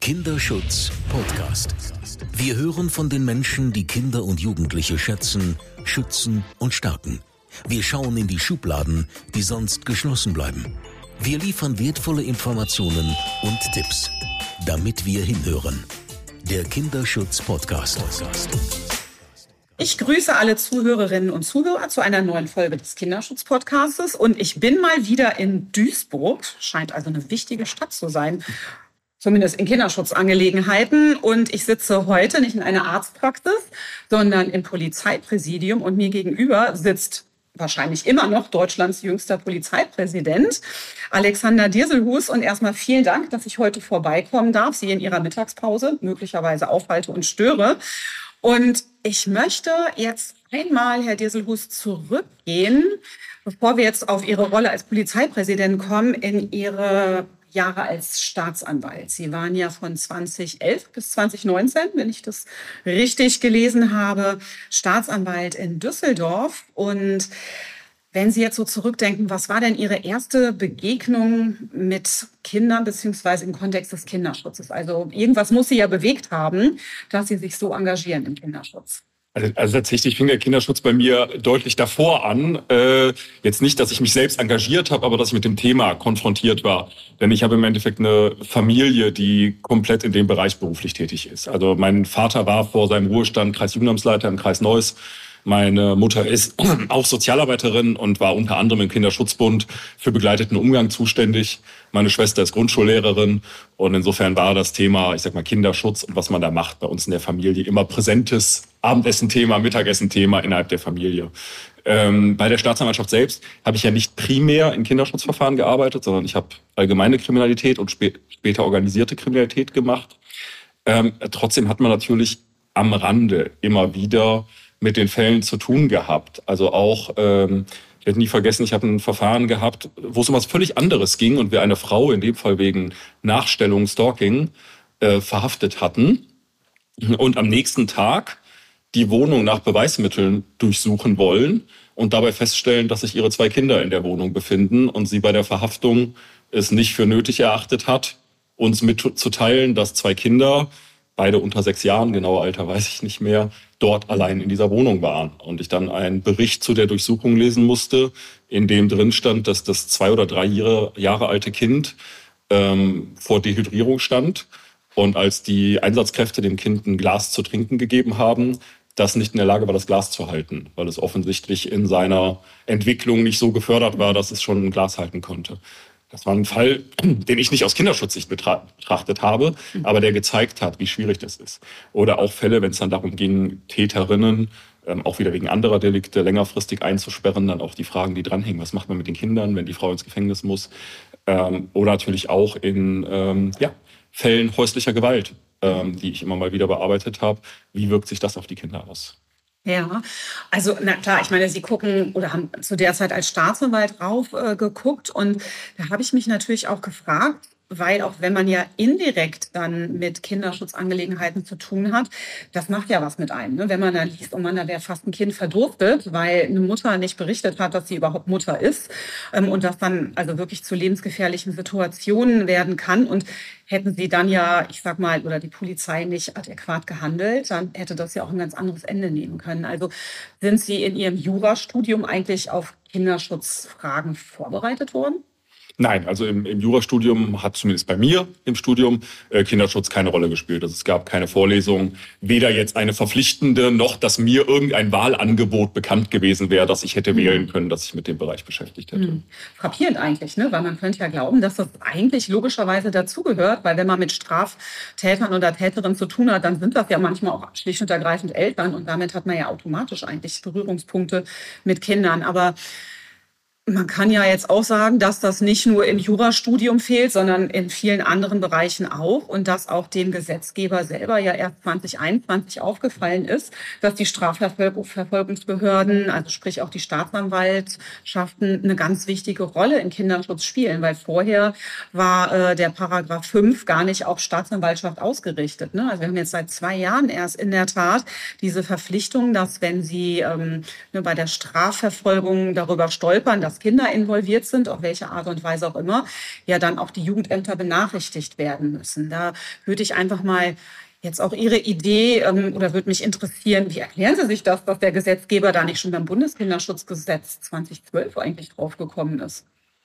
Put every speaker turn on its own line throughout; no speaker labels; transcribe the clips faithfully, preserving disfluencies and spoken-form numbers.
Kinderschutz Podcast. Wir hören von den Menschen, die Kinder und Jugendliche schätzen, schützen und stärken. Wir schauen in die Schubladen, die sonst geschlossen bleiben. Wir liefern wertvolle Informationen und Tipps, damit wir hinhören. Der Kinderschutz Podcast.
Ich grüße alle Zuhörerinnen und Zuhörer zu einer neuen Folge des Kinderschutz-Podcastes. Und ich bin mal wieder in Duisburg. Scheint also eine wichtige Stadt zu sein, zumindest in Kinderschutzangelegenheiten. Und ich sitze heute nicht in einer Arztpraxis, sondern im Polizeipräsidium. Und mir gegenüber sitzt wahrscheinlich immer noch Deutschlands jüngster Polizeipräsident, Alexander Dirselhuus. Und erstmal vielen Dank, dass ich heute vorbeikommen darf, Sie in Ihrer Mittagspause möglicherweise aufhalte und störe. Und ich möchte jetzt einmal, Herr Dirselhuus, zurückgehen, bevor wir jetzt auf Ihre Rolle als Polizeipräsident kommen, in Ihre Jahre als Staatsanwalt. Sie waren ja von zweitausendelf bis zweitausendneunzehn, wenn ich das richtig gelesen habe, Staatsanwalt in Düsseldorf. Und wenn Sie jetzt so zurückdenken, was war denn Ihre erste Begegnung mit Kindern beziehungsweise im Kontext des Kinderschutzes? Also irgendwas muss Sie ja bewegt haben, dass Sie sich so engagieren im Kinderschutz.
Also, also tatsächlich fing der Kinderschutz bei mir deutlich davor an. Äh, jetzt nicht, dass ich mich selbst engagiert habe, aber dass ich mit dem Thema konfrontiert war. Denn ich habe im Endeffekt eine Familie, die komplett in dem Bereich beruflich tätig ist. Also mein Vater war vor seinem Ruhestand Kreisjugendamtsleiter im Kreis Neuss. Meine Mutter ist auch Sozialarbeiterin und war unter anderem im Kinderschutzbund für begleiteten Umgang zuständig. Meine Schwester ist Grundschullehrerin und insofern war das Thema, ich sag mal, Kinderschutz und was man da macht bei uns in der Familie immer präsentes Abendessen-Thema, Mittagessen-Thema innerhalb der Familie. Ähm, bei der Staatsanwaltschaft selbst habe ich ja nicht primär in Kinderschutzverfahren gearbeitet, sondern ich habe allgemeine Kriminalität und spä- später organisierte Kriminalität gemacht. Ähm, trotzdem hat man natürlich am Rande immer wieder mit den Fällen zu tun gehabt. Also auch, ähm, ich werde nie vergessen, ich habe ein Verfahren gehabt, wo es um was völlig anderes ging und wir eine Frau, in dem Fall wegen Nachstellung, Stalking, äh, verhaftet hatten und am nächsten Tag die Wohnung nach Beweismitteln durchsuchen wollen und dabei feststellen, dass sich ihre zwei Kinder in der Wohnung befinden und sie bei der Verhaftung es nicht für nötig erachtet hat, uns mitzuteilen, dass zwei Kinder, beide unter sechs Jahren, genaue Alter weiß ich nicht mehr, dort allein in dieser Wohnung waren. Und ich dann einen Bericht zu der Durchsuchung lesen musste, in dem drin stand, dass das zwei oder drei Jahre, Jahre alte Kind ähm, vor Dehydrierung stand. Und als die Einsatzkräfte dem Kind ein Glas zu trinken gegeben haben, das nicht in der Lage war, das Glas zu halten, weil es offensichtlich in seiner Entwicklung nicht so gefördert war, dass es schon ein Glas halten konnte. Das war ein Fall, den ich nicht aus Kinderschutzsicht betra- betrachtet habe, aber der gezeigt hat, wie schwierig das ist. Oder auch Fälle, wenn es dann darum ging, Täterinnen, ähm, auch wieder wegen anderer Delikte, längerfristig einzusperren, dann auch die Fragen, die dranhängen. Was macht man mit den Kindern, wenn die Frau ins Gefängnis muss? Ähm, oder natürlich auch in ähm, ja, Fällen häuslicher Gewalt, ähm, die ich immer mal wieder bearbeitet habe. Wie wirkt sich das auf die Kinder aus?
Ja, also na klar, ich meine, Sie gucken oder haben zu der Zeit als Staatsanwalt rauf äh, geguckt und da habe ich mich natürlich auch gefragt, weil auch wenn man ja indirekt dann mit Kinderschutzangelegenheiten zu tun hat, das macht ja was mit einem. Ne? Wenn man dann liest, oh Mann, da wäre fast ein Kind verdurstet, weil eine Mutter nicht berichtet hat, dass sie überhaupt Mutter ist ähm, und das dann also wirklich zu lebensgefährlichen Situationen werden kann. Und hätten sie dann ja, ich sag mal, oder die Polizei nicht adäquat gehandelt, dann hätte das ja auch ein ganz anderes Ende nehmen können. Also sind Sie in Ihrem Jurastudium eigentlich auf Kinderschutzfragen vorbereitet worden?
Nein, also im, im Jurastudium hat zumindest bei mir im Studium äh, Kinderschutz keine Rolle gespielt. Also es gab keine Vorlesung, weder jetzt eine verpflichtende, noch dass mir irgendein Wahlangebot bekannt gewesen wäre, dass ich hätte mhm. wählen können, dass ich mit dem Bereich beschäftigt hätte.
Mhm. Frappierend eigentlich, ne? Weil man könnte ja glauben, dass das eigentlich logischerweise dazugehört, weil wenn man mit Straftätern oder Täterinnen zu tun hat, dann sind das ja manchmal auch schlicht und ergreifend Eltern und damit hat man ja automatisch eigentlich Berührungspunkte mit Kindern. Aber man kann ja jetzt auch sagen, dass das nicht nur im Jurastudium fehlt, sondern in vielen anderen Bereichen auch und dass auch dem Gesetzgeber selber ja erst zwanzig einundzwanzig aufgefallen ist, dass die Strafverfolgungsbehörden, also sprich auch die Staatsanwaltschaften, eine ganz wichtige Rolle im Kinderschutz spielen, weil vorher war äh, der Paragraph fünf gar nicht auf Staatsanwaltschaft ausgerichtet. Ne? Also wir haben jetzt seit zwei Jahren erst in der Tat diese Verpflichtung, dass wenn Sie ähm, ne, bei der Strafverfolgung darüber stolpern, dass dass Kinder involviert sind, auf welche Art und Weise auch immer, ja dann auch die Jugendämter benachrichtigt werden müssen. Da würde ich einfach mal jetzt auch Ihre Idee ähm, oder würde mich interessieren, wie erklären Sie sich das, dass der Gesetzgeber da nicht schon beim Bundeskinderschutzgesetz zweitausendzwölf eigentlich draufgekommen ist?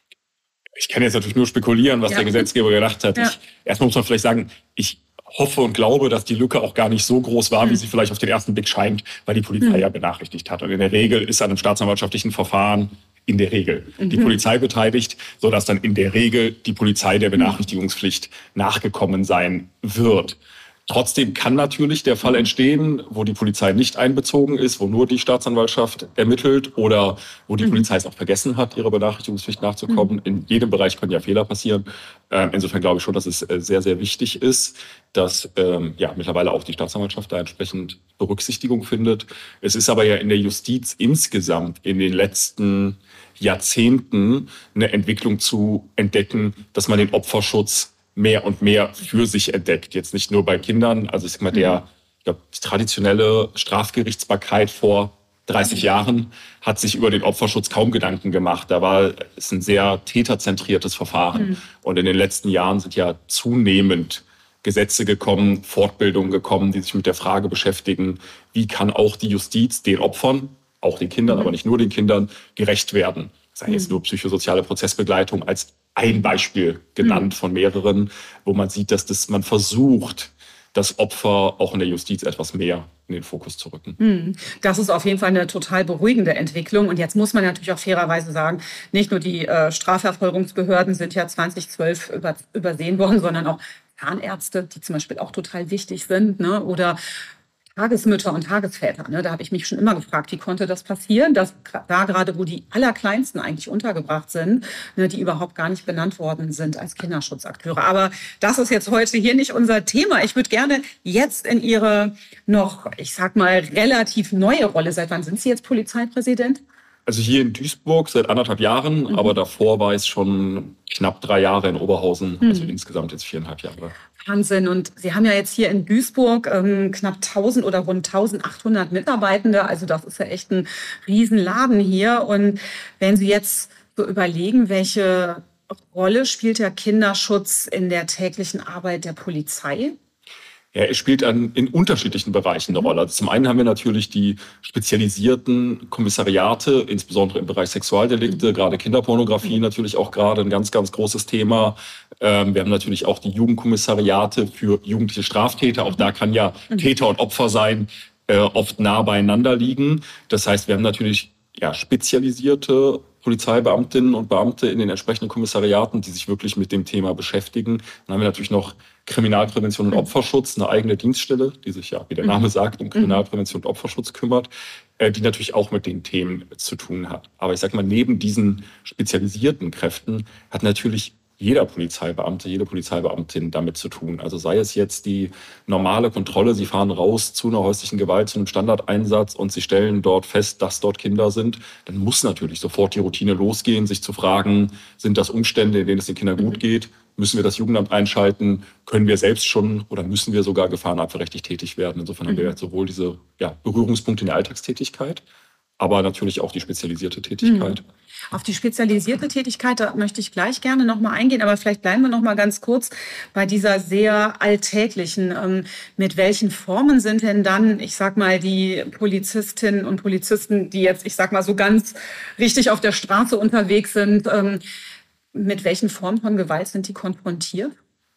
Ich kann jetzt natürlich nur spekulieren, was ja. der Gesetzgeber gedacht hat. Ja. Ich, erstmal muss man vielleicht sagen, ich hoffe und glaube, dass die Lücke auch gar nicht so groß war, mhm. wie sie vielleicht auf den ersten Blick scheint, weil die Polizei mhm. ja benachrichtigt hat. Und in der Regel ist an einem staatsanwaltschaftlichen Verfahren in der Regel mhm. die Polizei beteiligt, sodass dann in der Regel die Polizei der Benachrichtigungspflicht nachgekommen sein wird. Trotzdem kann natürlich der Fall entstehen, wo die Polizei nicht einbezogen ist, wo nur die Staatsanwaltschaft ermittelt oder wo die mhm. Polizei es auch vergessen hat, ihrer Benachrichtigungspflicht nachzukommen. Mhm. In jedem Bereich können ja Fehler passieren. Ähm, insofern glaube ich schon, dass es äh, sehr, sehr wichtig ist, dass ähm, ja mittlerweile auch die Staatsanwaltschaft da entsprechend Berücksichtigung findet. Es ist aber ja in der Justiz insgesamt in den letzten Jahrzehnten eine Entwicklung zu entdecken, dass man den Opferschutz mehr und mehr für sich entdeckt. Jetzt nicht nur bei Kindern. Also ich sag mal, der, ich glaube, die traditionelle Strafgerichtsbarkeit vor dreißig Jahren hat sich über den Opferschutz kaum Gedanken gemacht. Da war es ein sehr täterzentriertes Verfahren. Mhm. Und in den letzten Jahren sind ja zunehmend Gesetze gekommen, Fortbildungen gekommen, die sich mit der Frage beschäftigen, wie kann auch die Justiz den Opfern, auch den Kindern, mhm. aber nicht nur den Kindern, gerecht werden. Sei jetzt nur psychosoziale Prozessbegleitung als ein Beispiel genannt von mehreren, wo man sieht, dass das, man versucht, das Opfer auch in der Justiz etwas mehr in den Fokus zu rücken.
Das ist auf jeden Fall eine total beruhigende Entwicklung. Und jetzt muss man natürlich auch fairerweise sagen, nicht nur die äh, Strafverfolgungsbehörden sind ja zweitausendzwölf über, übersehen worden, sondern auch Zahnärzte, die zum Beispiel auch total wichtig sind, ne? Oder Tagesmütter und Tagesväter. Ne? Da habe ich mich schon immer gefragt, wie konnte das passieren, dass da gerade, wo die Allerkleinsten eigentlich untergebracht sind, ne, die überhaupt gar nicht benannt worden sind als Kinderschutzakteure. Aber das ist jetzt heute hier nicht unser Thema. Ich würde gerne jetzt in Ihre noch, ich sag mal, relativ neue Rolle, seit wann sind Sie jetzt Polizeipräsident?
Also hier in Duisburg seit anderthalb Jahren, mhm. aber davor war es schon knapp drei Jahre in Oberhausen, mhm. also insgesamt jetzt viereinhalb Jahre.
Wahnsinn. Und Sie haben ja jetzt hier in Duisburg ähm, knapp tausend oder rund eintausendachthundert Mitarbeitende. Also das ist ja echt ein Riesenladen hier. Und wenn Sie jetzt so überlegen, welche Rolle spielt der Kinderschutz in der täglichen Arbeit der Polizei?
Ja, er spielt an, in unterschiedlichen Bereichen eine Rolle. Also zum einen haben wir natürlich die spezialisierten Kommissariate, insbesondere im Bereich Sexualdelikte, gerade Kinderpornografie natürlich auch gerade ein ganz, ganz großes Thema. Ähm, wir haben natürlich auch die Jugendkommissariate für jugendliche Straftäter. Auch da kann ja Täter und Opfer sein, äh, oft nah beieinander liegen. Das heißt, wir haben natürlich ja, spezialisierte Polizeibeamtinnen und Beamte in den entsprechenden Kommissariaten, die sich wirklich mit dem Thema beschäftigen. Dann haben wir natürlich noch Kriminalprävention und Opferschutz, eine eigene Dienststelle, die sich ja, wie der Name sagt, um Kriminalprävention und Opferschutz kümmert, die natürlich auch mit den Themen zu tun hat. Aber ich sage mal, neben diesen spezialisierten Kräften hat natürlich jeder Polizeibeamte, jede Polizeibeamtin damit zu tun. Also sei es jetzt die normale Kontrolle, Sie fahren raus zu einer häuslichen Gewalt, zu einem Standardeinsatz und Sie stellen dort fest, dass dort Kinder sind, dann muss natürlich sofort die Routine losgehen, sich zu fragen, sind das Umstände, in denen es den Kindern gut geht? Müssen wir das Jugendamt einschalten? Können wir selbst schon oder müssen wir sogar gefahrenabwehrrechtlich tätig werden? Insofern haben wir jetzt sowohl diese ja, Berührungspunkte in der Alltagstätigkeit, aber natürlich auch die spezialisierte Tätigkeit.
Auf die spezialisierte Tätigkeit, da möchte ich gleich gerne noch mal eingehen, aber vielleicht bleiben wir noch mal ganz kurz bei dieser sehr alltäglichen. Ähm, mit welchen Formen sind denn dann, ich sag mal, die Polizistinnen und Polizisten, die jetzt, ich sag mal, so ganz richtig auf der Straße unterwegs sind, ähm, mit welchen Formen von Gewalt sind die konfrontiert?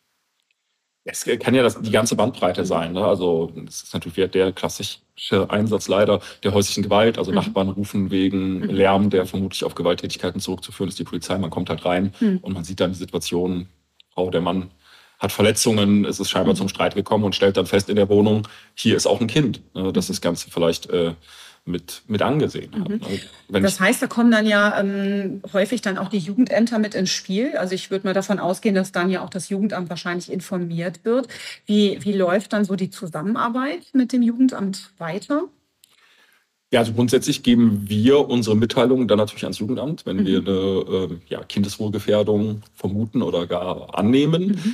Es kann ja das, die ganze Bandbreite sein. Ne? Also das ist natürlich der klassische Einsatz leider der häuslichen Gewalt. Also mhm. Nachbarn rufen wegen mhm. Lärm, der vermutlich auf Gewalttätigkeiten zurückzuführen ist, die Polizei. Man kommt halt rein mhm. und man sieht dann die Situation, Frau, der Mann hat Verletzungen, es ist scheinbar mhm. zum Streit gekommen und stellt dann fest in der Wohnung, hier ist auch ein Kind, ne? Das das Ganze vielleicht äh, mit, mit angesehen
mhm.
hat. Wenn
das heißt, da kommen dann ja ähm, häufig dann auch die Jugendämter mit ins Spiel. Also ich würde mal davon ausgehen, dass dann ja auch das Jugendamt wahrscheinlich informiert wird. Wie, wie läuft dann so die Zusammenarbeit mit dem Jugendamt weiter?
Ja, also grundsätzlich geben wir unsere Mitteilungen dann natürlich ans Jugendamt, wenn mhm. wir eine äh, ja, Kindeswohlgefährdung vermuten oder gar annehmen. Mhm.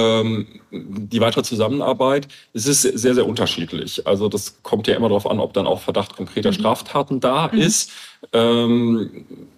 Die weitere Zusammenarbeit, es ist sehr, sehr unterschiedlich. Also das kommt ja immer darauf an, ob dann auch Verdacht konkreter Straftaten da mhm. ist. Ähm,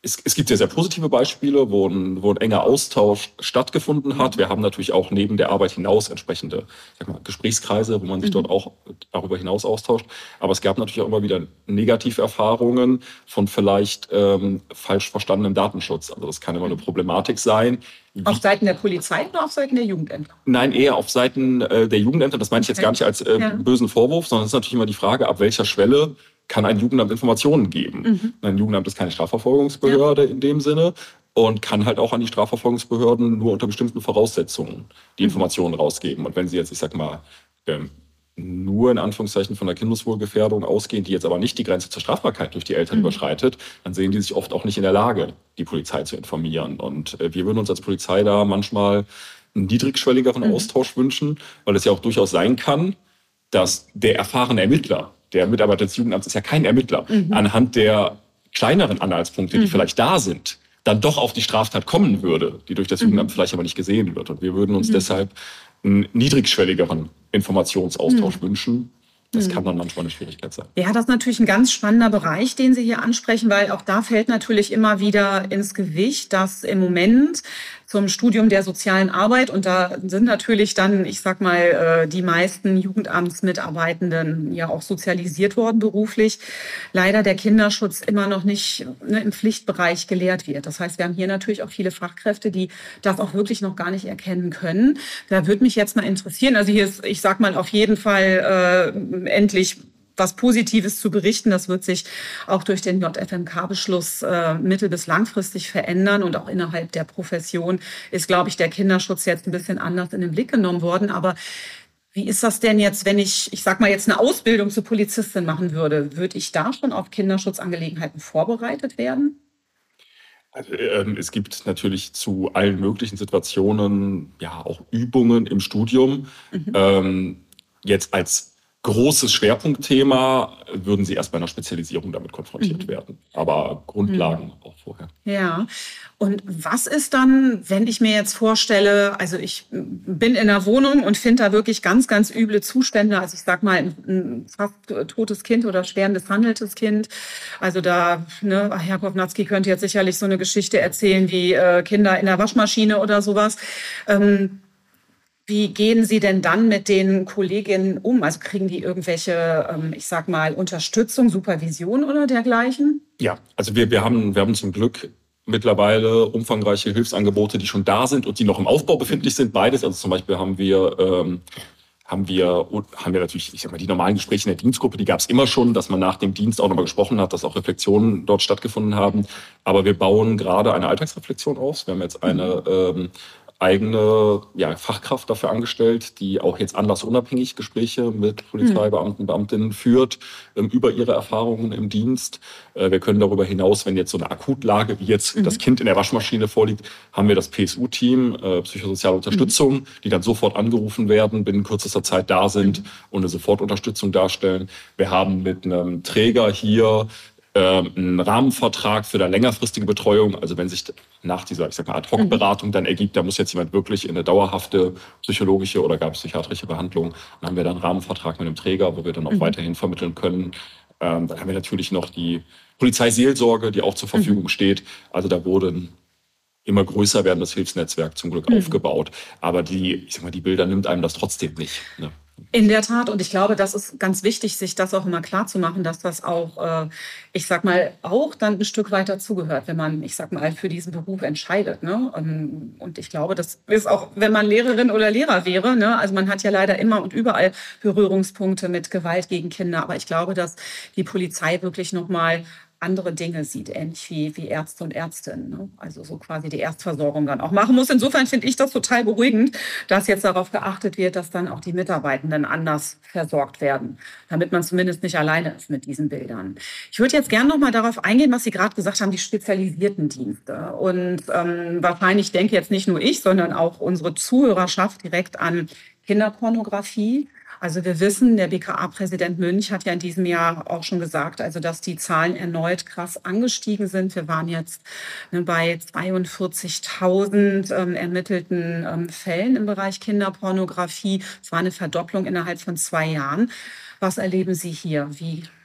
Es, es gibt ja sehr positive Beispiele, wo ein, wo ein enger Austausch stattgefunden hat. Wir haben natürlich auch neben der Arbeit hinaus entsprechende, sag mal, Gesprächskreise, wo man sich mhm. dort auch darüber hinaus austauscht. Aber es gab natürlich auch immer wieder Negativerfahrungen von vielleicht ähm, falsch verstandenem Datenschutz. Also das kann immer eine Problematik sein.
Auf Seiten der Polizei oder auf Seiten der Jugendämter?
Nein, eher auf Seiten äh, der Jugendämter. Das meine ich jetzt gar nicht als äh, ja. bösen Vorwurf, sondern es ist natürlich immer die Frage, ab welcher Schwelle kann ein Jugendamt Informationen geben. Mhm. Ein Jugendamt ist keine Strafverfolgungsbehörde ja. in dem Sinne und kann halt auch an die Strafverfolgungsbehörden nur unter bestimmten Voraussetzungen die mhm. Informationen rausgeben. Und wenn sie jetzt, ich sag mal, ähm, nur in Anführungszeichen von der Kindeswohlgefährdung ausgehen, die jetzt aber nicht die Grenze zur Strafbarkeit durch die Eltern mhm. überschreitet, dann sehen die sich oft auch nicht in der Lage, die Polizei zu informieren. Und äh, wir würden uns als Polizei da manchmal einen niedrigschwelligeren mhm. Austausch wünschen, weil es ja auch durchaus sein kann, dass der erfahrene Ermittler, der Mitarbeiter des Jugendamts ist ja kein Ermittler, mhm. anhand der kleineren Anhaltspunkte, die mhm. vielleicht da sind, dann doch auf die Straftat kommen würde, die durch das mhm. Jugendamt vielleicht aber nicht gesehen wird. Und wir würden uns mhm. deshalb einen niedrigschwelligeren Informationsaustausch mhm. wünschen. Das kann dann manchmal eine Schwierigkeit sein.
Ja, das ist natürlich ein ganz spannender Bereich, den Sie hier ansprechen, weil auch da fällt natürlich immer wieder ins Gewicht, dass im Moment zum Studium der sozialen Arbeit, und da sind natürlich dann, ich sag mal, die meisten Jugendamtsmitarbeitenden ja auch sozialisiert worden beruflich, leider der Kinderschutz immer noch nicht ne, im Pflichtbereich gelehrt wird. Das heißt, wir haben hier natürlich auch viele Fachkräfte, die das auch wirklich noch gar nicht erkennen können. Da würde mich jetzt mal interessieren, also hier ist, ich sag mal, auf jeden Fall äh, endlich was Positives zu berichten. Das wird sich auch durch den J F M K-Beschluss äh, mittel- bis langfristig verändern. Und auch innerhalb der Profession ist, glaube ich, der Kinderschutz jetzt ein bisschen anders in den Blick genommen worden. Aber wie ist das denn jetzt, wenn ich, ich sag mal, jetzt eine Ausbildung zur Polizistin machen würde? Würde ich da schon auf Kinderschutzangelegenheiten vorbereitet werden?
Also, ähm, es gibt natürlich zu allen möglichen Situationen ja auch Übungen im Studium. Mhm. Ähm, jetzt als großes Schwerpunktthema würden Sie erst bei einer Spezialisierung damit konfrontiert mhm. werden. Aber Grundlagen mhm. auch vorher.
Ja. Und was ist dann, wenn ich mir jetzt vorstelle, also ich bin in einer Wohnung und finde da wirklich ganz, ganz üble Zustände. Also ich sag mal, ein fast totes Kind oder schwer misshandeltes Kind. Also da, ne, Herr Kovnatski könnte jetzt sicherlich so eine Geschichte erzählen wie äh, Kinder in der Waschmaschine oder sowas. Ähm, Wie gehen Sie denn dann mit den Kolleginnen um? Also kriegen die irgendwelche, ich sag mal, Unterstützung, Supervision oder dergleichen?
Ja, also wir, wir, haben, wir haben zum Glück mittlerweile umfangreiche Hilfsangebote, die schon da sind und die noch im Aufbau befindlich sind. Beides. Also zum Beispiel haben wir, ähm, haben wir, haben wir natürlich, ich sag mal, die normalen Gespräche in der Dienstgruppe, die gab es immer schon, dass man nach dem Dienst auch nochmal gesprochen hat, dass auch Reflexionen dort stattgefunden haben. Aber wir bauen gerade eine Alltagsreflexion aus. Wir haben jetzt eine ähm, eigene ja, Fachkraft dafür angestellt, die auch jetzt anlassunabhängig Gespräche mit Polizeibeamten, Beamtinnen führt, ähm, über ihre Erfahrungen im Dienst. Äh, wir können darüber hinaus, wenn jetzt so eine Akutlage wie jetzt mhm. das Kind in der Waschmaschine vorliegt, haben wir das P S U-Team, äh, psychosoziale Unterstützung, mhm. die dann sofort angerufen werden, binnen kürzester Zeit da sind mhm. und eine Sofortunterstützung darstellen. Wir haben mit einem Träger hier einen Rahmenvertrag für eine längerfristige Betreuung. Also wenn sich nach dieser, ich sag mal, Ad-Hoc-Beratung dann ergibt, da muss jetzt jemand wirklich in eine dauerhafte psychologische oder gar psychiatrische Behandlung, dann haben wir dann einen Rahmenvertrag mit einem Träger, wo wir dann auch mhm. weiterhin vermitteln können. Ähm, dann haben wir natürlich noch die Polizeiseelsorge, die auch zur Verfügung mhm. steht. Also da wurde ein immer größer werdendes Hilfsnetzwerk zum Glück mhm. aufgebaut. Aber die, ich sag mal, die Bilder nimmt einem das trotzdem nicht. Ne?
In der Tat. Und ich glaube, das ist ganz wichtig, sich das auch immer klar zu machen, dass das auch, äh, ich sag mal, auch dann ein Stück weit dazugehört, wenn man, ich sag mal, für diesen Beruf entscheidet. Ne? Und ich glaube, das ist auch, wenn man Lehrerin oder Lehrer wäre, ne? Also man hat ja leider immer und überall Berührungspunkte mit Gewalt gegen Kinder. Aber ich glaube, dass die Polizei wirklich nochmal andere Dinge sieht, ähnlich wie, wie Ärzte und Ärztinnen. Ne? Also so quasi die Erstversorgung dann auch machen muss. Insofern finde ich das total beruhigend, dass jetzt darauf geachtet wird, dass dann auch die Mitarbeitenden anders versorgt werden, damit man zumindest nicht alleine ist mit diesen Bildern. Ich würde jetzt gerne noch mal darauf eingehen, was Sie gerade gesagt haben, die spezialisierten Dienste. Und ähm, wahrscheinlich denke jetzt nicht nur ich, sondern auch unsere Zuhörerschaft direkt an Kinderpornografie. Also wir wissen, der B K A-Präsident Münch hat ja in diesem Jahr auch schon gesagt, also dass die Zahlen erneut krass angestiegen sind. Wir waren jetzt ne, bei zweiundvierzigtausend ähm, ermittelten ähm, Fällen im Bereich Kinderpornografie. Es war eine Verdopplung innerhalb von zwei Jahren. Was erleben Sie hier? Wie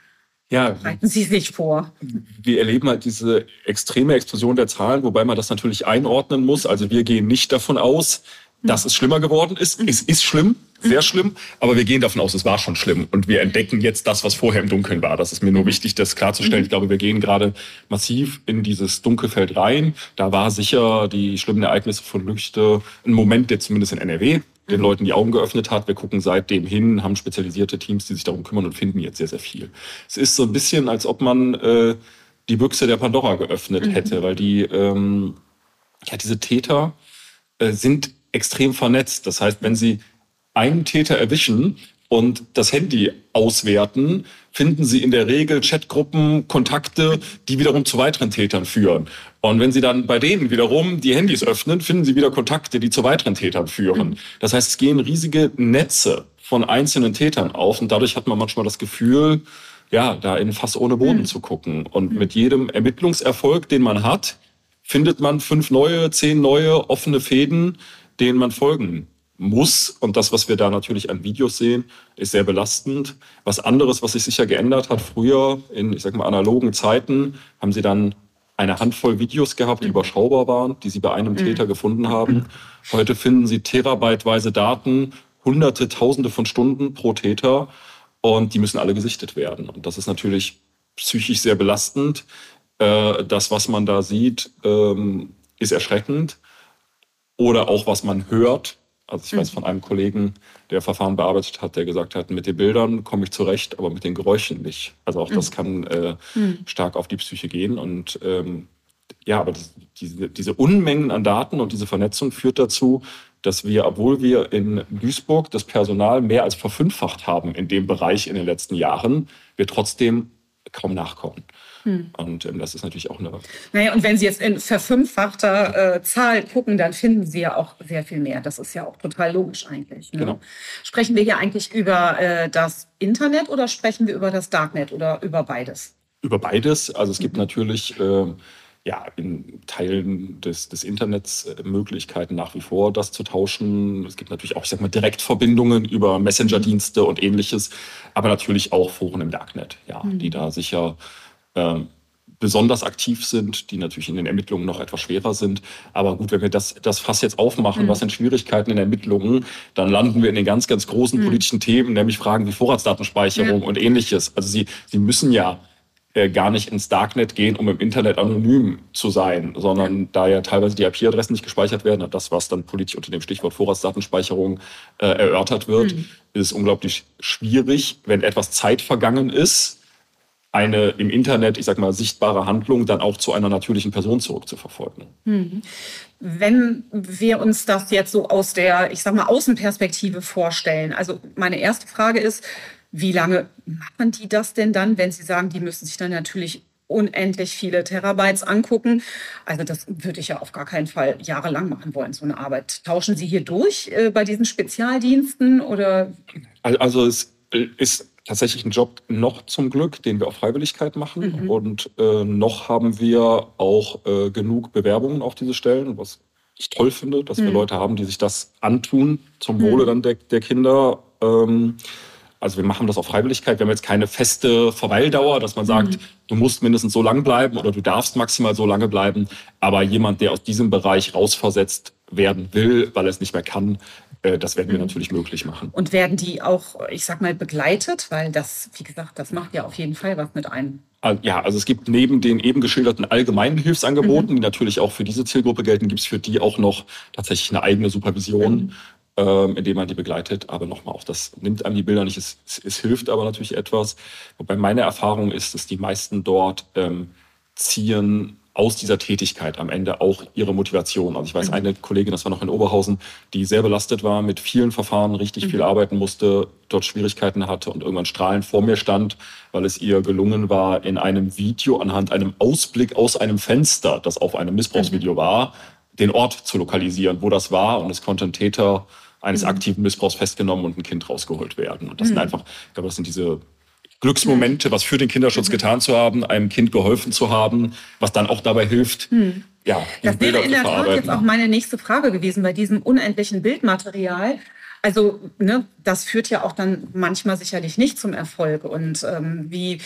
Ja,
bereiten Sie sich vor?
Wir erleben halt diese extreme Explosion der Zahlen, wobei man das natürlich einordnen muss. Also wir gehen nicht davon aus, dass es schlimmer geworden ist. Es ist schlimm, sehr schlimm, aber wir gehen davon aus, es war schon schlimm. Und wir entdecken jetzt das, was vorher im Dunkeln war. Das ist mir nur wichtig, das klarzustellen. Ich glaube, wir gehen gerade massiv in dieses Dunkelfeld rein. Da war sicher die schlimmen Ereignisse von Lüchte ein Moment, der zumindest in N R W den Leuten die Augen geöffnet hat. Wir gucken seitdem hin, haben spezialisierte Teams, die sich darum kümmern und finden jetzt sehr, sehr viel. Es ist so ein bisschen, als ob man äh, die Büchse der Pandora geöffnet mhm. hätte, weil die, ähm, ja, diese Täter äh, sind extrem vernetzt. Das heißt, wenn sie einen Täter erwischen und das Handy auswerten, finden sie in der Regel Chatgruppen, Kontakte, die wiederum zu weiteren Tätern führen. Und wenn sie dann bei denen wiederum die Handys öffnen, finden sie wieder Kontakte, die zu weiteren Tätern führen. Das heißt, es gehen riesige Netze von einzelnen Tätern auf und dadurch hat man manchmal das Gefühl, ja, da in Fass ohne Boden mhm. zu gucken. Und mit jedem Ermittlungserfolg, den man hat, findet man fünf neue, zehn neue offene Fäden, denen man folgen muss. Und das, was wir da natürlich an Videos sehen, ist sehr belastend. Was anderes, was sich sicher geändert hat, früher in, ich sag mal, analogen Zeiten, haben sie dann eine Handvoll Videos gehabt, die mhm. überschaubar waren, die sie bei einem mhm. Täter gefunden haben. Heute finden sie terabyteweise Daten, hunderte, tausende von Stunden pro Täter und die müssen alle gesichtet werden. Und das ist natürlich psychisch sehr belastend. Äh, das, was man da sieht, ähm, ist erschreckend. Oder auch, was man hört. Also ich weiß von einem Kollegen, der Verfahren bearbeitet hat, der gesagt hat, mit den Bildern komme ich zurecht, aber mit den Geräuschen nicht. Also auch das kann äh, mhm. stark auf die Psyche gehen. Und ähm, ja, aber das, diese, diese Unmengen an Daten und diese Vernetzung führt dazu, dass wir, obwohl wir in Duisburg das Personal mehr als verfünffacht haben in dem Bereich in den letzten Jahren, wir trotzdem kaum nachkommen. Hm. Und ähm, das ist natürlich auch eine...
Naja, und wenn Sie jetzt in verfünffachter äh, Zahl gucken, dann finden Sie ja auch sehr viel mehr. Das ist ja auch total logisch eigentlich. Ne?
Genau.
Sprechen wir hier eigentlich über äh, das Internet oder sprechen wir über das Darknet oder über beides?
Über beides. Also es gibt mhm. natürlich äh, ja, in Teilen des, des Internets äh, Möglichkeiten nach wie vor, das zu tauschen. Es gibt natürlich auch, ich sag mal, Direktverbindungen über Messenger-Dienste mhm. und Ähnliches, aber natürlich auch Foren im Darknet, ja, mhm. die da sicher äh, besonders aktiv sind, die natürlich in den Ermittlungen noch etwas schwerer sind. Aber gut, wenn wir das, das Fass jetzt aufmachen, mhm. was sind Schwierigkeiten in Ermittlungen, dann landen wir in den ganz, ganz großen mhm. politischen Themen, nämlich Fragen wie Vorratsdatenspeicherung ja. und Ähnliches. Also Sie, Sie müssen ja äh, gar nicht ins Darknet gehen, um im Internet anonym zu sein, sondern ja. da ja teilweise die I P-Adressen nicht gespeichert werden, das, was dann politisch unter dem Stichwort Vorratsdatenspeicherung äh, erörtert wird, mhm. ist es unglaublich schwierig, wenn etwas Zeit vergangen ist, eine im Internet, ich sag mal, sichtbare Handlung dann auch zu einer natürlichen Person zurückzuverfolgen.
Hm. Wenn wir uns das jetzt so aus der, ich sag mal, Außenperspektive vorstellen, also meine erste Frage ist, wie lange machen die das denn dann, wenn sie sagen, die müssen sich dann natürlich unendlich viele Terabytes angucken? Also das würde ich ja auf gar keinen Fall jahrelang machen wollen, so eine Arbeit. Tauschen Sie hier durch äh, bei diesen Spezialdiensten oder?
Also es ist tatsächlich ein Job noch zum Glück, den wir auf Freiwilligkeit machen. Mhm. Und äh, noch haben wir auch äh, genug Bewerbungen auf diese Stellen, was ich toll finde, dass mhm. wir Leute haben, die sich das antun zum Wohle mhm. dann der, der Kinder. Ähm, also wir machen das auf Freiwilligkeit. Wir haben jetzt keine feste Verweildauer, dass man sagt, mhm. du musst mindestens so lange bleiben oder du darfst maximal so lange bleiben. Aber jemand, der aus diesem Bereich rausversetzt werden will, weil er es nicht mehr kann, das werden wir natürlich möglich machen.
Und werden die auch, ich sag mal, begleitet? Weil das, wie gesagt, das macht ja auf jeden Fall was mit einem.
Ja, also es gibt neben den eben geschilderten allgemeinen Hilfsangeboten, mhm. die natürlich auch für diese Zielgruppe gelten, gibt es für die auch noch tatsächlich eine eigene Supervision, mhm. ähm, indem man die begleitet. Aber nochmal, auch das nimmt einem die Bilder nicht. Es, es, es hilft aber natürlich etwas. Wobei meine Erfahrung ist, dass die meisten dort ähm, ziehen aus dieser Tätigkeit am Ende auch ihre Motivation. Also ich weiß, eine Kollegin, das war noch in Oberhausen, die sehr belastet war, mit vielen Verfahren richtig mhm. viel arbeiten musste, dort Schwierigkeiten hatte und irgendwann strahlend vor mir stand, weil es ihr gelungen war, in einem Video anhand einem Ausblick aus einem Fenster, das auf einem Missbrauchsvideo mhm. war, den Ort zu lokalisieren, wo das war. Und es konnte ein Täter eines mhm. aktiven Missbrauchs festgenommen und ein Kind rausgeholt werden. Und das mhm. sind einfach, ich glaube, das sind diese Glücksmomente, was für den Kinderschutz mhm. getan zu haben, einem Kind geholfen zu haben, was dann auch dabei hilft, mhm. ja,
das wäre in der Tat jetzt auch meine nächste Frage gewesen bei diesem unendlichen Bildmaterial. Also ne, das führt ja auch dann manchmal sicherlich nicht zum Erfolg. Und ähm, wie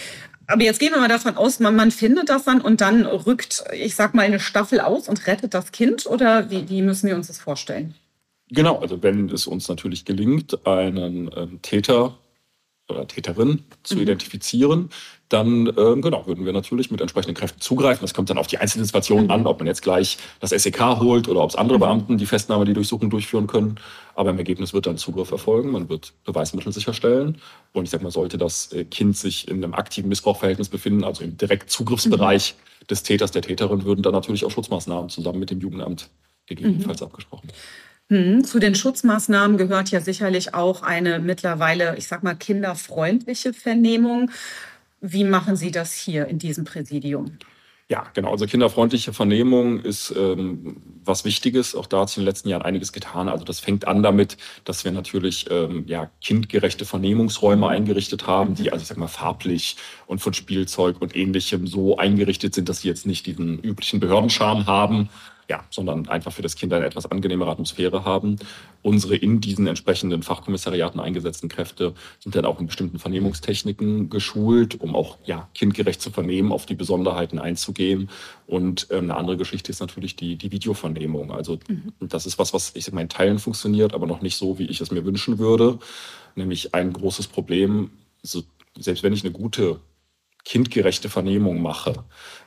Aber jetzt gehen wir mal davon aus, man, man findet das dann und dann rückt, ich sag mal, eine Staffel aus und rettet das Kind? Oder wie, wie müssen wir uns das vorstellen?
Genau, also wenn es uns natürlich gelingt, einen ähm, Täter oder Täterin zu mhm. identifizieren, dann ähm, genau, würden wir natürlich mit entsprechenden Kräften zugreifen. Das kommt dann auf die einzelne Situation mhm. an, ob man jetzt gleich das S E K holt oder ob es andere mhm. Beamten die Festnahme, die Durchsuchung durchführen können. Aber im Ergebnis wird dann Zugriff erfolgen, man wird Beweismittel sicherstellen. Und ich sag mal, sollte das Kind sich in einem aktiven Missbrauchsverhältnis befinden, also im Direktzugriffsbereich mhm. des Täters, der Täterin, würden dann natürlich auch Schutzmaßnahmen zusammen mit dem Jugendamt gegebenenfalls mhm. abgesprochen.
Hm, zu den Schutzmaßnahmen gehört ja sicherlich auch eine mittlerweile, ich sag mal, kinderfreundliche Vernehmung. Wie machen Sie das hier in diesem Präsidium?
Ja, genau. Also kinderfreundliche Vernehmung ist ähm, was Wichtiges. Auch da hat sich in den letzten Jahren einiges getan. Also das fängt an damit, dass wir natürlich ähm, ja, kindgerechte Vernehmungsräume eingerichtet haben, die also ich sag mal farblich und von Spielzeug und Ähnlichem so eingerichtet sind, dass sie jetzt nicht diesen üblichen Behördenscharme haben. Ja, sondern einfach für das Kind eine etwas angenehmere Atmosphäre haben. Unsere in diesen entsprechenden Fachkommissariaten eingesetzten Kräfte sind dann auch in bestimmten Vernehmungstechniken geschult, um auch ja, kindgerecht zu vernehmen, auf die Besonderheiten einzugehen. Und ähm, eine andere Geschichte ist natürlich die, die Videovernehmung. Also mhm. das ist was, was ich sag mal in Teilen funktioniert, aber noch nicht so, wie ich es mir wünschen würde. Nämlich ein großes Problem, so, selbst wenn ich eine gute kindgerechte Vernehmung mache,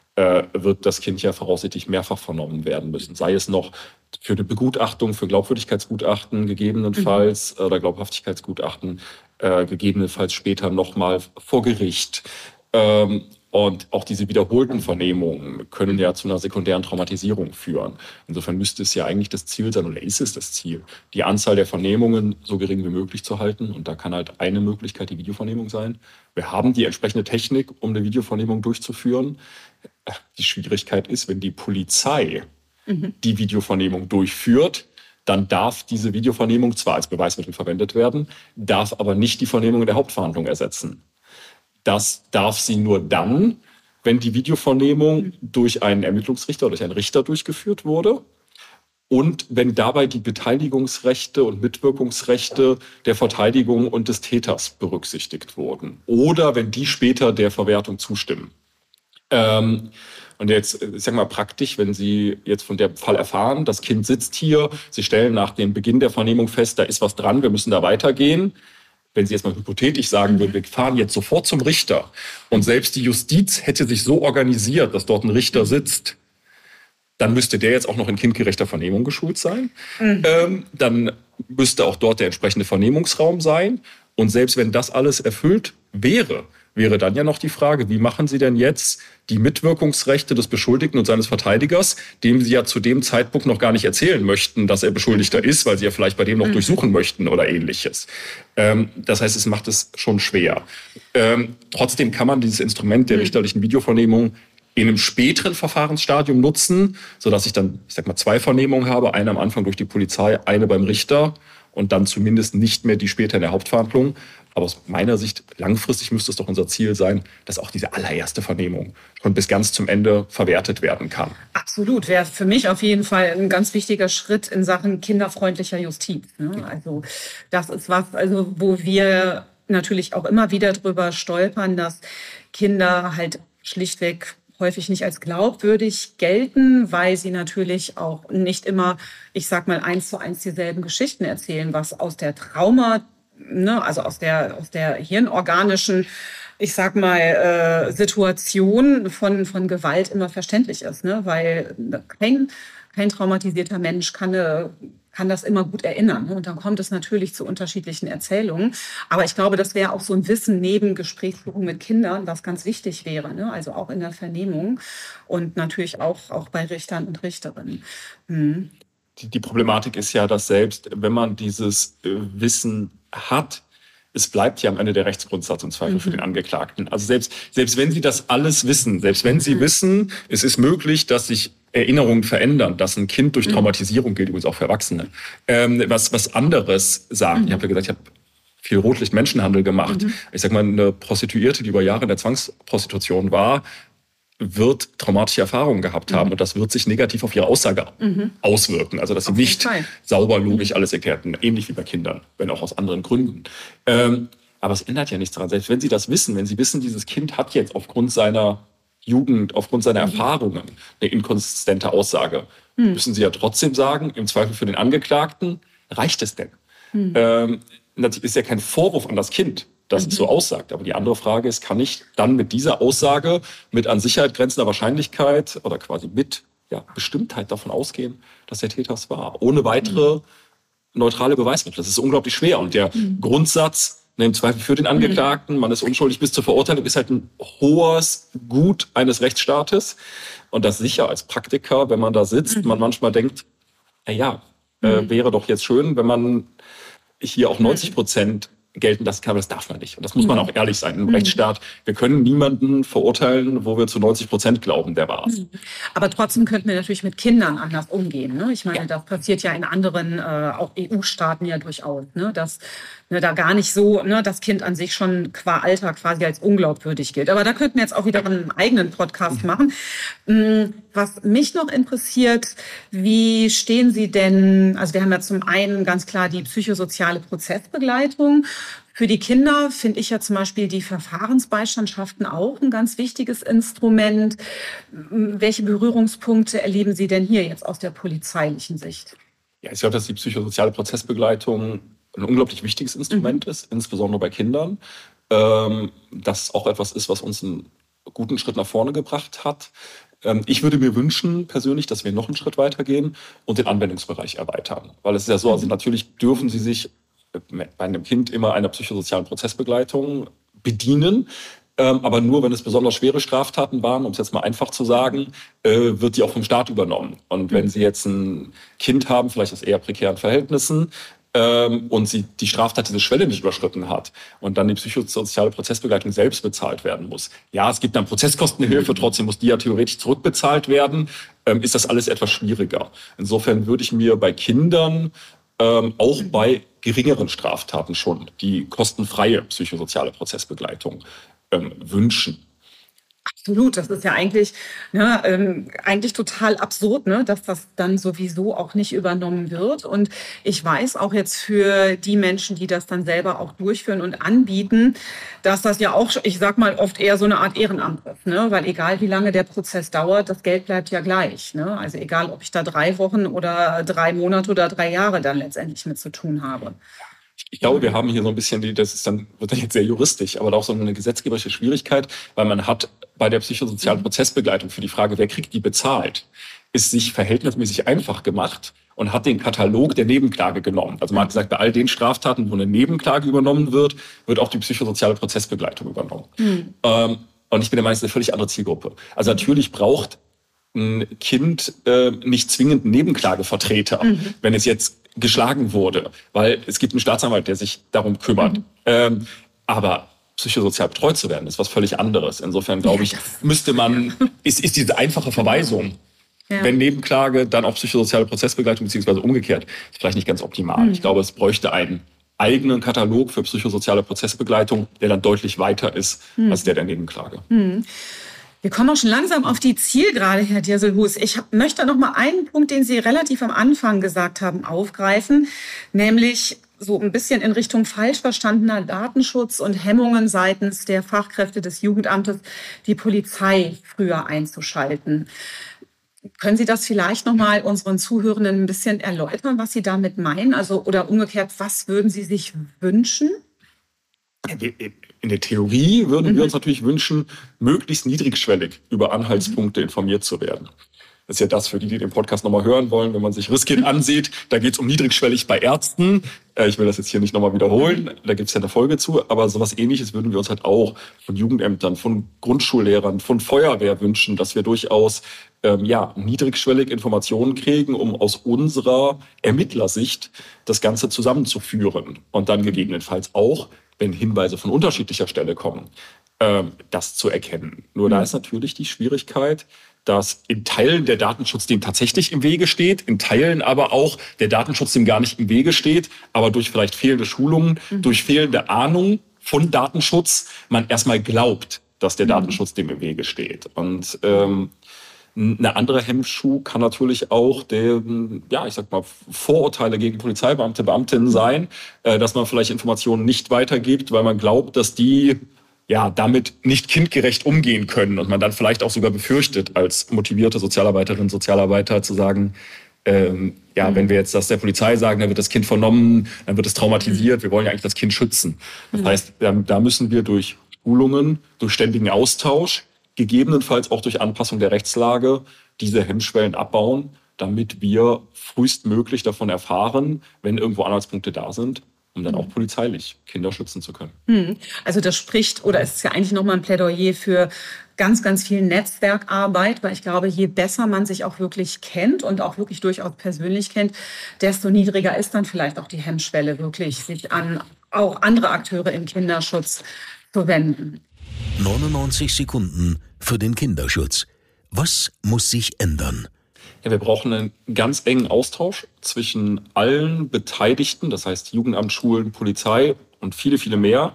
wird das Kind ja voraussichtlich mehrfach vernommen werden müssen. Sei es noch für eine Begutachtung, für Glaubwürdigkeitsgutachten gegebenenfalls mhm. oder Glaubhaftigkeitsgutachten, äh, gegebenenfalls später nochmal vor Gericht. Ähm, und auch diese wiederholten Vernehmungen können ja zu einer sekundären Traumatisierung führen. Insofern müsste es ja eigentlich das Ziel sein, oder ist es das Ziel, die Anzahl der Vernehmungen so gering wie möglich zu halten. Und da kann halt eine Möglichkeit die Videovernehmung sein. Wir haben die entsprechende Technik, um eine Videovernehmung durchzuführen. Die Schwierigkeit ist, wenn die Polizei mhm. die Videovernehmung durchführt, dann darf diese Videovernehmung zwar als Beweismittel verwendet werden, darf aber nicht die Vernehmung in der Hauptverhandlung ersetzen. Das darf sie nur dann, wenn die Videovernehmung mhm. durch einen Ermittlungsrichter oder durch einen Richter durchgeführt wurde und wenn dabei die Beteiligungsrechte und Mitwirkungsrechte der Verteidigung und des Täters berücksichtigt wurden oder wenn die später der Verwertung zustimmen. Ähm, und jetzt, ich sag mal praktisch, wenn Sie jetzt von dem Fall erfahren, das Kind sitzt hier, Sie stellen nach dem Beginn der Vernehmung fest, da ist was dran, wir müssen da weitergehen. Wenn Sie jetzt mal hypothetisch sagen würden, wir fahren jetzt sofort zum Richter und selbst die Justiz hätte sich so organisiert, dass dort ein Richter sitzt, dann müsste der jetzt auch noch in kindgerechter Vernehmung geschult sein. Mhm. Ähm, dann müsste auch dort der entsprechende Vernehmungsraum sein. Und selbst wenn das alles erfüllt wäre, wäre dann ja noch die Frage, wie machen Sie denn jetzt die Mitwirkungsrechte des Beschuldigten und seines Verteidigers, dem Sie ja zu dem Zeitpunkt noch gar nicht erzählen möchten, dass er Beschuldigter ist, weil Sie ja vielleicht bei dem noch mhm. durchsuchen möchten oder Ähnliches. Ähm, das heißt, es macht es schon schwer. Ähm, trotzdem kann man dieses Instrument der richterlichen Videovernehmung in einem späteren Verfahrensstadium nutzen, sodass ich dann, ich sag mal, zwei Vernehmungen habe, eine am Anfang durch die Polizei, eine beim Richter und dann zumindest nicht mehr die später in der Hauptverhandlung. Aber aus meiner Sicht, langfristig müsste es doch unser Ziel sein, dass auch diese allererste Vernehmung schon bis ganz zum Ende verwertet werden kann.
Absolut, wäre für mich auf jeden Fall ein ganz wichtiger Schritt in Sachen kinderfreundlicher Justiz. Ne? Also das ist was, also wo wir natürlich auch immer wieder drüber stolpern, dass Kinder halt schlichtweg häufig nicht als glaubwürdig gelten, weil sie natürlich auch nicht immer, ich sag mal, eins zu eins dieselben Geschichten erzählen, was aus der Trauma, ne, also aus der, aus der hirnorganischen, ich sag mal, äh, Situation von, von Gewalt immer verständlich ist, ne, weil kein, kein traumatisierter Mensch kann eine kann das immer gut erinnern. Und dann kommt es natürlich zu unterschiedlichen Erzählungen. Aber ich glaube, das wäre auch so ein Wissen neben Gesprächsführung mit Kindern, was ganz wichtig wäre. Ne? Also auch in der Vernehmung und natürlich auch, auch bei Richtern und Richterinnen. Hm.
Die, die Problematik ist ja, dass selbst wenn man dieses äh, Wissen hat, es bleibt ja am Ende der Rechtsgrundsatz und Zweifel mhm. für den Angeklagten. Also selbst, selbst wenn Sie das alles wissen, selbst wenn Sie mhm. wissen, es ist möglich, dass sich Erinnerungen verändern, dass ein Kind durch Traumatisierung gilt, übrigens auch für Erwachsene, ähm, was, was anderes sagt. Mhm. Ich habe ja gesagt, ich habe viel Rotlicht-Menschenhandel gemacht. Mhm. Ich sag mal, eine Prostituierte, die über Jahre in der Zwangsprostitution war, wird traumatische Erfahrungen gehabt haben mhm. und das wird sich negativ auf ihre Aussage mhm. auswirken. Also dass sie nicht sauber, logisch alles erklärten, ähnlich wie bei Kindern, wenn auch aus anderen Gründen. Ähm, Aber es ändert ja nichts daran. Selbst wenn Sie das wissen, wenn Sie wissen, dieses Kind hat jetzt aufgrund seiner Jugend, aufgrund seiner mhm. Erfahrungen eine inkonsistente Aussage, mhm. müssen Sie ja trotzdem sagen, im Zweifel für den Angeklagten, reicht es denn? Mhm. Ähm, das ist ja kein Vorwurf an das Kind, dass mhm. es so aussagt. Aber die andere Frage ist, kann ich dann mit dieser Aussage mit an Sicherheit grenzender Wahrscheinlichkeit oder quasi mit ja, Bestimmtheit davon ausgehen, dass der Täter es war, ohne weitere mhm. neutrale Beweismittel? Das ist unglaublich schwer. Und der mhm. Grundsatz, im Zweifel für den Angeklagten, man ist unschuldig bis zur Verurteilung, ist halt ein hohes Gut eines Rechtsstaates. Und das sicher als Praktiker, wenn man da sitzt, mhm. man manchmal denkt, na ja, mhm. äh, wäre doch jetzt schön, wenn man hier auch neunzig Prozent gelten lassen kann, aber das darf man nicht. Und das muss man auch ehrlich sein. Im mhm. Rechtsstaat, wir können niemanden verurteilen, wo wir zu neunzig Prozent glauben, der war's.
Aber trotzdem könnten wir natürlich mit Kindern anders umgehen. Ne? Ich meine, ja. das passiert ja in anderen, äh, auch E U-Staaten ja durchaus, ne? dass ne, da gar nicht so ne, das Kind an sich schon qua Alter quasi als unglaubwürdig gilt. Aber da könnten wir jetzt auch wieder einen eigenen Podcast machen. Was mich noch interessiert, wie stehen Sie denn, also wir haben ja zum einen ganz klar die psychosoziale Prozessbegleitung. Für die Kinder finde ich ja zum Beispiel die Verfahrensbeistandschaften auch ein ganz wichtiges Instrument. Welche Berührungspunkte erleben Sie denn hier jetzt aus der polizeilichen Sicht?
Ja, ich glaube, dass die psychosoziale Prozessbegleitung ein unglaublich wichtiges Instrument mhm. ist, insbesondere bei Kindern. Ähm, das auch etwas ist, was uns einen guten Schritt nach vorne gebracht hat. Ähm, ich würde mir wünschen, persönlich, dass wir noch einen Schritt weitergehen und den Anwendungsbereich erweitern. Weil es ist ja so, also natürlich dürfen Sie sich bei einem Kind immer einer psychosozialen Prozessbegleitung bedienen. Ähm, aber nur, wenn es besonders schwere Straftaten waren, um es jetzt mal einfach zu sagen, äh, wird die auch vom Staat übernommen. Und wenn Sie jetzt ein Kind haben, vielleicht aus eher prekären Verhältnissen, ähm, und sie die Straftat diese Schwelle nicht überschritten hat und dann die psychosoziale Prozessbegleitung selbst bezahlt werden muss. Ja, es gibt dann Prozesskostenhilfe, trotzdem muss die ja theoretisch zurückbezahlt werden, ähm, ist das alles etwas schwieriger. Insofern würde ich mir bei Kindern ähm, auch bei geringeren Straftaten schon die kostenfreie psychosoziale Prozessbegleitung ähm, wünschen.
Absolut, das ist ja eigentlich, ne, ähm, eigentlich total absurd, ne, dass das dann sowieso auch nicht übernommen wird. Und ich weiß auch jetzt für die Menschen, die das dann selber auch durchführen und anbieten, dass das ja auch, ich sag mal, oft eher so eine Art Ehrenamt ist, ne? Weil egal wie lange der Prozess dauert, das Geld bleibt ja gleich. Ne? Also egal, ob ich da drei Wochen oder drei Monate oder drei Jahre dann letztendlich mit zu tun habe.
Ich glaube, wir haben hier so ein bisschen, die, das ist dann, wird dann jetzt sehr juristisch, aber auch so eine gesetzgeberische Schwierigkeit, weil man hat bei der psychosozialen Prozessbegleitung für die Frage, wer kriegt die bezahlt, ist sich verhältnismäßig einfach gemacht und hat den Katalog der Nebenklage genommen. Also man hat gesagt, bei all den Straftaten, wo eine Nebenklage übernommen wird, wird auch die psychosoziale Prozessbegleitung übernommen. Mhm. Ähm, und ich bin der Meinung, das ist eine völlig andere Zielgruppe. Also natürlich braucht ein Kind äh, nicht zwingend einen Nebenklagevertreter, mhm. wenn es jetzt geschlagen wurde, weil es gibt einen Staatsanwalt, der sich darum kümmert. Mhm. Ähm, aber psychosozial betreut zu werden, ist was völlig anderes. Insofern, glaube ich, müsste man, ist, ist diese einfache Verweisung, ja. wenn Nebenklage, dann auch psychosoziale Prozessbegleitung, beziehungsweise umgekehrt, ist vielleicht nicht ganz optimal. Mhm. Ich glaube, es bräuchte einen eigenen Katalog für psychosoziale Prozessbegleitung, der dann deutlich weiter ist mhm. als der der Nebenklage.
Mhm. Wir kommen auch schon langsam auf die Zielgerade, Herr Dirselhuus. Ich hab, möchte noch mal einen Punkt, den Sie relativ am Anfang gesagt haben, aufgreifen, nämlich so ein bisschen in Richtung falsch verstandener Datenschutz und Hemmungen seitens der Fachkräfte des Jugendamtes, die Polizei früher einzuschalten. Können Sie das vielleicht noch mal unseren Zuhörenden ein bisschen erläutern, was Sie damit meinen? Also, oder umgekehrt, was würden Sie sich wünschen?
In der Theorie würden mhm. wir uns natürlich wünschen, möglichst niedrigschwellig über Anhaltspunkte informiert zu werden. Das ist ja das, für die, die den Podcast nochmal hören wollen, wenn man sich Riskind ansieht. Da geht es um niedrigschwellig bei Ärzten. Ich will das jetzt hier nicht nochmal wiederholen. Da gibt es ja eine Folge zu. Aber sowas Ähnliches würden wir uns halt auch von Jugendämtern, von Grundschullehrern, von Feuerwehr wünschen, dass wir durchaus ähm, ja, niedrigschwellig Informationen kriegen, um aus unserer Ermittlersicht das Ganze zusammenzuführen. Und dann gegebenenfalls auch, wenn Hinweise von unterschiedlicher Stelle kommen, ähm, das zu erkennen. Nur mhm. da ist natürlich die Schwierigkeit, dass in Teilen der Datenschutz dem tatsächlich im Wege steht, in Teilen aber auch der Datenschutz dem gar nicht im Wege steht, aber durch vielleicht fehlende Schulungen, mhm. durch fehlende Ahnung von Datenschutz man erstmal glaubt, dass der mhm. Datenschutz dem im Wege steht. Und ähm, Eine andere Hemmschuh kann natürlich auch der, ja, ich sag mal, Vorurteile gegen Polizeibeamte, Beamtinnen sein, äh, dass man vielleicht Informationen nicht weitergibt, weil man glaubt, dass die ja damit nicht kindgerecht umgehen können und man dann vielleicht auch sogar befürchtet, als motivierte Sozialarbeiterin, Sozialarbeiter zu sagen, ähm, ja, mhm. wenn wir jetzt das der Polizei sagen, dann wird das Kind vernommen, dann wird es traumatisiert, wir wollen ja eigentlich das Kind schützen. Das mhm. heißt, da müssen wir durch Schulungen, durch ständigen Austausch, gegebenenfalls auch durch Anpassung der Rechtslage, diese Hemmschwellen abbauen, damit wir frühestmöglich davon erfahren, wenn irgendwo Anhaltspunkte da sind, um dann auch polizeilich Kinder schützen zu können.
Also das spricht, oder es ist ja eigentlich nochmal ein Plädoyer für ganz, ganz viel Netzwerkarbeit, weil ich glaube, je besser man sich auch wirklich kennt und auch wirklich durchaus persönlich kennt, desto niedriger ist dann vielleicht auch die Hemmschwelle, wirklich sich an auch andere Akteure im Kinderschutz zu wenden.
neunundneunzig Sekunden für den Kinderschutz. Was muss sich ändern?
Ja, wir brauchen einen ganz engen Austausch zwischen allen Beteiligten, das heißt Jugendamt, Schulen, Polizei und viele, viele mehr.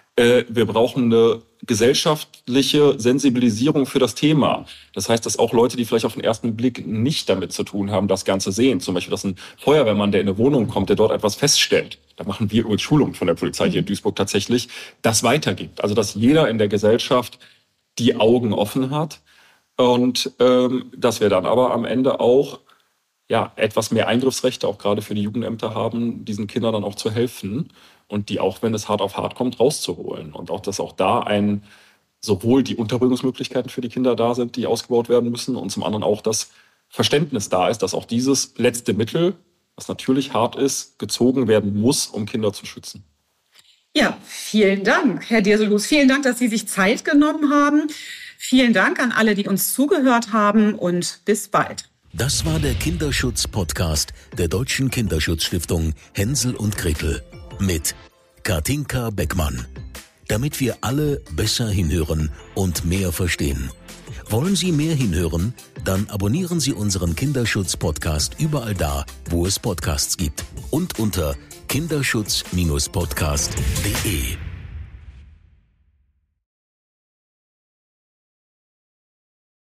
Wir brauchen eine gesellschaftliche Sensibilisierung für das Thema. Das heißt, dass auch Leute, die vielleicht auf den ersten Blick nicht damit zu tun haben, das Ganze sehen. Zum Beispiel, dass ein Feuerwehrmann, der in eine Wohnung kommt, der dort etwas feststellt. Da machen wir übrigens Schulungen von der Polizei hier in Duisburg tatsächlich, das weitergibt. Also, dass jeder in der Gesellschaft die Augen offen hat. Und ähm, dass wir dann aber am Ende auch ja, etwas mehr Eingriffsrechte, auch gerade für die Jugendämter haben, diesen Kindern dann auch zu helfen und die auch, wenn es hart auf hart kommt, rauszuholen. Und auch, dass auch da ein, sowohl die Unterbringungsmöglichkeiten für die Kinder da sind, die ausgebaut werden müssen und zum anderen auch das Verständnis da ist, dass auch dieses letzte Mittel, was natürlich hart ist, gezogen werden muss, um Kinder zu schützen.
Ja, vielen Dank, Herr Dirselhuus. Vielen Dank, dass Sie sich Zeit genommen haben. Vielen Dank an alle, die uns zugehört haben und bis bald.
Das war der Kinderschutz-Podcast der Deutschen Kinderschutzstiftung Hänsel und Gretel mit Katinka Beckmann. Damit wir alle besser hinhören und mehr verstehen. Wollen Sie mehr hinhören? Dann abonnieren Sie unseren Kinderschutz-Podcast überall da, wo es Podcasts gibt und unter kinderschutz Bindestrich podcast punkt de.